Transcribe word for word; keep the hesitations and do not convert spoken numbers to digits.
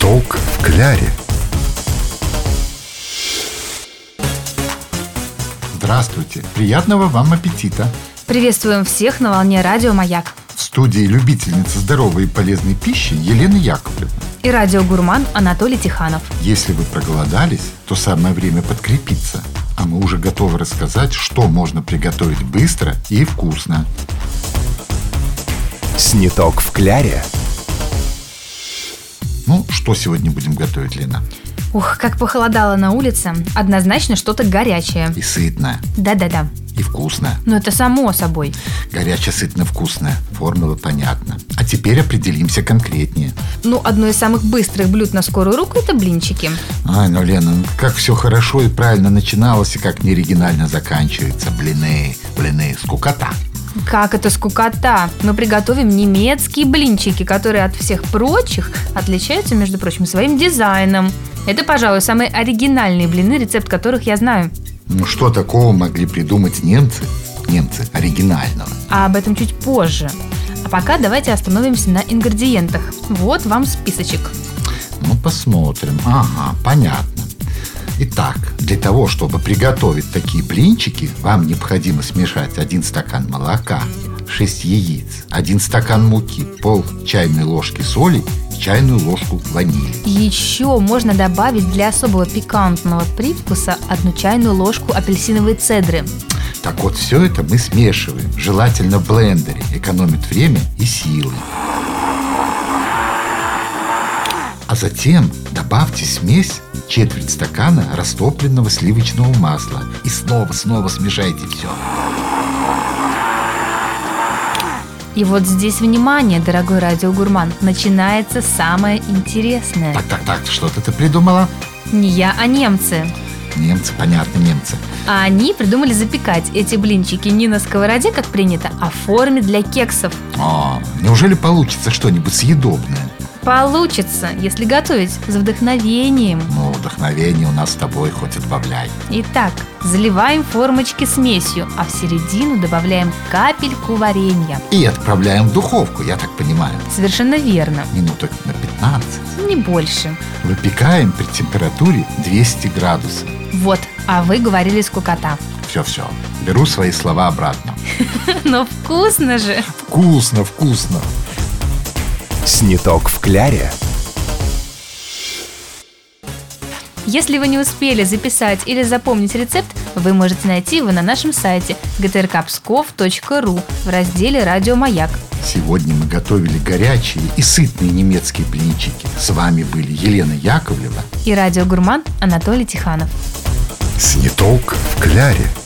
Сниток в кляре. Здравствуйте! Приятного вам аппетита! Приветствуем всех на волне радио «Маяк». В студии любительница здоровой и полезной пищи Елена Яковлевна. И радиогурман Анатолий Тиханов. Если вы проголодались, то самое время подкрепиться. А мы уже готовы рассказать, что можно приготовить быстро и вкусно. Сниток в кляре. Ну, что сегодня будем готовить, Лена? Ух, как похолодало на улице. Однозначно что-то горячее. И сытное, Да-да-да. и вкусное. Но это само собой. Горячее, сытно, вкусное. Формула понятна. А теперь определимся конкретнее. Ну, одно из самых быстрых блюд на скорую руку – это блинчики. Ай, ну, Лена, ну, как все хорошо и правильно начиналось, и как неоригинально заканчивается. Блины, блины, скукота. Как это скукота? Мы приготовим немецкие блинчики, которые от всех прочих отличаются, между прочим, своим дизайном. Это, пожалуй, самые оригинальные блины, рецепт которых я знаю. Ну, что такого могли придумать немцы? Немцы оригинального. А об этом чуть позже. А пока давайте остановимся на ингредиентах. Вот вам списочек. Ну, посмотрим. Ага, понятно. Итак, для того, чтобы приготовить такие блинчики, вам необходимо смешать один стакан молока, шесть яиц, один стакан муки, пол чайной ложки соли и чайную ложку ванили. Еще можно добавить для особого пикантного привкуса одну чайную ложку апельсиновой цедры. Так вот, все это мы смешиваем, желательно в блендере, экономит время и силы. А затем добавьте в смесь четверть стакана растопленного сливочного масла и снова-снова смешайте все. И вот здесь, внимание, дорогой радиогурман, начинается самое интересное. Так-так-так, что-то ты придумала? Не я, а немцы. Немцы, понятно, немцы. А они придумали запекать эти блинчики не на сковороде, как принято, а в форме для кексов. А, неужели получится что-нибудь съедобное? Получится, если готовить с вдохновением. Ну, вдохновение у нас с тобой хоть отбавляй. Итак, заливаем формочки смесью, а в середину добавляем капельку варенья. И отправляем в духовку, я так понимаю. Совершенно верно, Минуток на пятнадцать. не больше. Выпекаем при температуре двести градусов. Вот, а вы говорили скукота. Все-все, беру свои слова обратно. Но вкусно же! Вкусно, вкусно. Сниток в кляре. Если вы не успели записать или запомнить рецепт, вы можете найти его на нашем сайте гэ тэ эр ка псков точка ру в разделе «Радио Маяк». Сегодня мы готовили горячие и сытные немецкие блинчики. С вами были Елена Яковлева И радиогурман Анатолий Тиханов. Сниток в кляре.